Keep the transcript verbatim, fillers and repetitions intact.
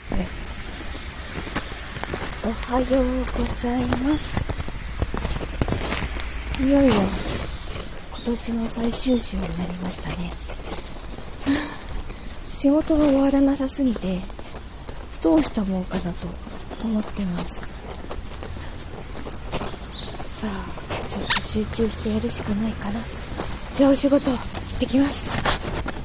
あれ、おはようございます。いよいよ今年の最終週になりましたね。仕事が終わらなさすぎてどうしたもんかなと思ってます。さあちょっと集中してやるしかないかな。じゃあお仕事行ってきます。